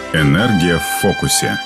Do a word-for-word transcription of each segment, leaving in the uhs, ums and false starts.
Энергия в фокусе.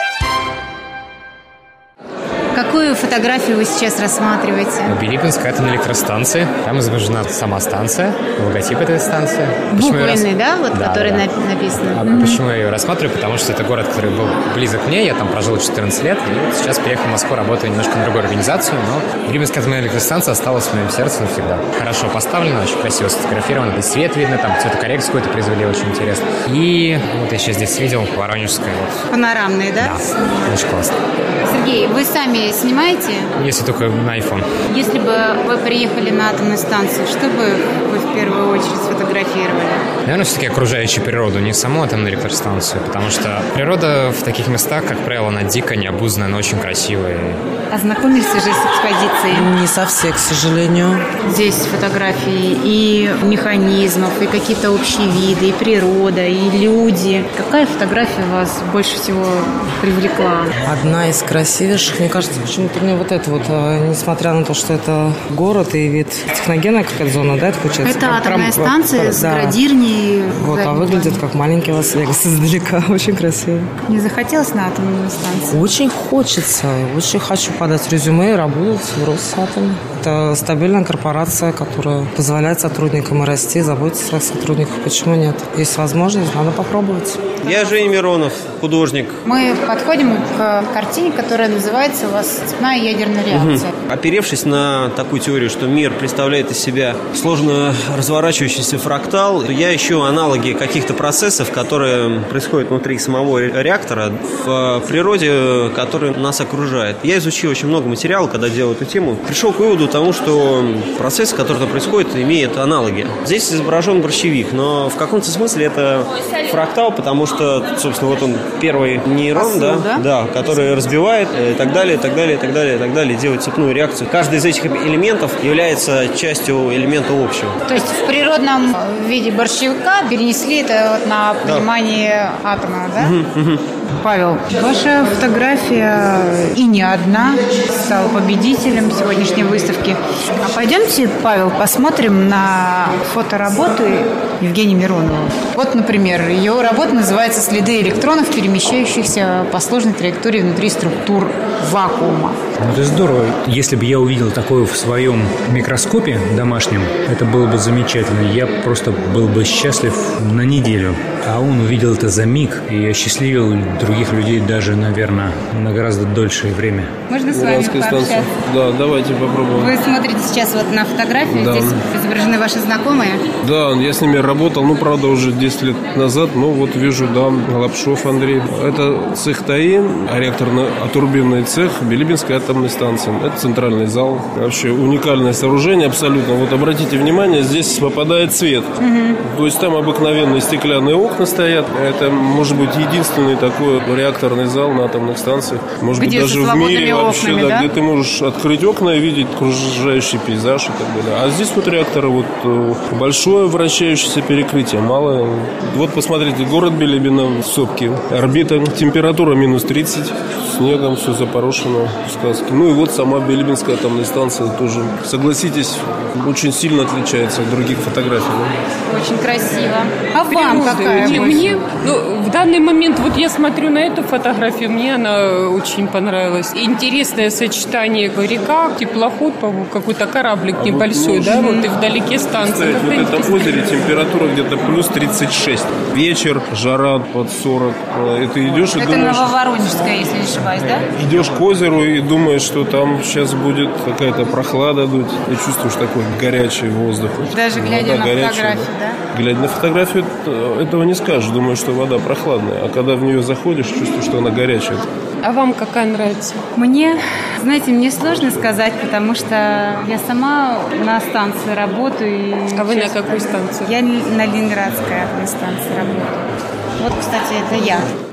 Какую фотографию вы сейчас рассматриваете? Билибинская атомная электростанция. Там изображена сама станция, логотип этой станции. Буквенный, рас... да? Вот, да, который да. написано. А mm-hmm. Почему я ее рассматриваю? Потому что это город, который был близок мне. Я там прожил четырнадцать лет. И вот сейчас приехал в Москву, работаю немножко на другую организацию. Но Билибинская атомная электростанция осталась в моем сердце навсегда. Хорошо поставлена, очень красиво сфотографирована. И свет видно, там цветокоррекцию какую-то произвели, очень интересно. И вот я сейчас здесь видел Воронежская. Вот. Панорамные, да? Да, очень классно. Сергей, вы сами снимаете? Если только на iPhone. Если бы вы приехали на атомную станцию, что бы вы в первую очередь сфотографировали? Наверное, все-таки окружающую природу, не саму атомную электростанцию, потому что природа в таких местах, как правило, она дико, необузданная, но очень красивая. Ознакомились уже с экспозицией? Не со всех, к сожалению. Здесь фотографии и механизмов, и какие-то общие виды, и природа, и люди. Какая фотография вас больше всего привлекла? Одна из красивейших, мне кажется, почему-то мне вот это вот, несмотря на то, что это город и вид техногенная какая-то зона, да, это получается? Это атомная прям, станция да. с градирней. Вот, а выглядит как маленький Лас-Вегас издалека, очень красиво. Не захотелось на атомную станцию? Очень хочется, очень хочу подать резюме и работать в Росатоме. Это стабильная корпорация, которая позволяет сотрудникам и расти, заботиться о своих сотрудниках. Почему нет? Есть возможность, надо попробовать. Я Женя Миронов, художник. Мы подходим к картине, которая называется у вас «Цепная ядерная реакция». Угу. Оперевшись на такую теорию, что мир представляет из себя сложно разворачивающийся фрактал, я ищу аналоги каких-то процессов, которые происходят внутри самого реактора в природе, которая нас окружает. Я изучил очень много материала, когда делал эту тему. Пришел к выводу тому, что процесс, который там происходит, имеет аналоги. Здесь изображен борщевик, но в каком-то смысле это фрактал, потому что, собственно, вот он первый нейрон, Посыл, да, да? да, который разбивает и так далее, и так далее, и так далее, и так далее, делает цепную реакцию. Каждый из этих элементов является частью элемента общего. То есть в природном виде борщевика перенесли это вот на понимание да. атома, да? Угу, угу. Павел, ваша фотография и не одна стала победителем сегодняшней выставки. А пойдемте, Павел, посмотрим на фотоработу Евгении Мироновой. Вот, например, ее работа называется «Следы электронов, перемещающихся по сложной траектории внутри структур вакуума». Ну, это здорово. Если бы я увидел такое в своем микроскопе домашнем, это было бы замечательно. Я просто был бы счастлив на неделю. А он увидел это за миг и осчастливил других людей даже, наверное, на гораздо дольшее время. Можно с вами пообщаться? Да, давайте попробуем. Вы смотрите сейчас вот на фотографию, да. Здесь изображены ваши знакомые? Да, я с ними работал, ну, правда, уже десять лет назад, но вот вижу, да, Лапшов Андрей. Это цех ТАИ, реакторно-турбинный цех Билибинской атомной станции. Это центральный зал. Вообще уникальное сооружение абсолютно. Вот обратите внимание, здесь попадает свет. Угу. То есть там обыкновенные стеклянные окна стоят. Это, может быть, единственный такой реакторный зал на атомных станциях. Может где быть, даже в мире вообще, окнами, да, да? где ты можешь открыть окна и видеть окружающий пейзаж и так далее. А здесь вот реакторы, вот большое вращающееся перекрытие, малое. Вот посмотрите, город Билибино, сопки, орбита, температура минус тридцать, снегом все запорошено в сказке. Ну и вот сама Билибинская атомная станция тоже, согласитесь, очень сильно отличается от других фотографий. Да? Очень красиво. А вам какая? Мне, мне ну, в данный момент, вот я смотрю на эту фотографию, мне она очень понравилась. Интересное сочетание река, теплоход, какой-то кораблик а небольшой, вот, ну, да, вот и вдалеке станция. В этом озере температура где-то плюс тридцать шесть. Вечер, жара под сорок. Это идешь и это думаешь... Это Нововоронежская, если не ошибаюсь, да? Идешь к озеру и думаешь, что там сейчас будет какая-то прохлада дуть. И чувствуешь такой горячий воздух. Даже глядя на горячая, фотографию, да? да? Глядя на фотографию, этого не скажешь. Думаешь, что вода прохладная. А когда в нее заходишь, чувствуешь, что она горячая. А вам какая нравится? Мне, знаете, мне сложно сказать, потому что я сама на станции работаю. И а вы на какой станции? Я на Ленинградской атомной станции работаю. Вот, кстати, это я.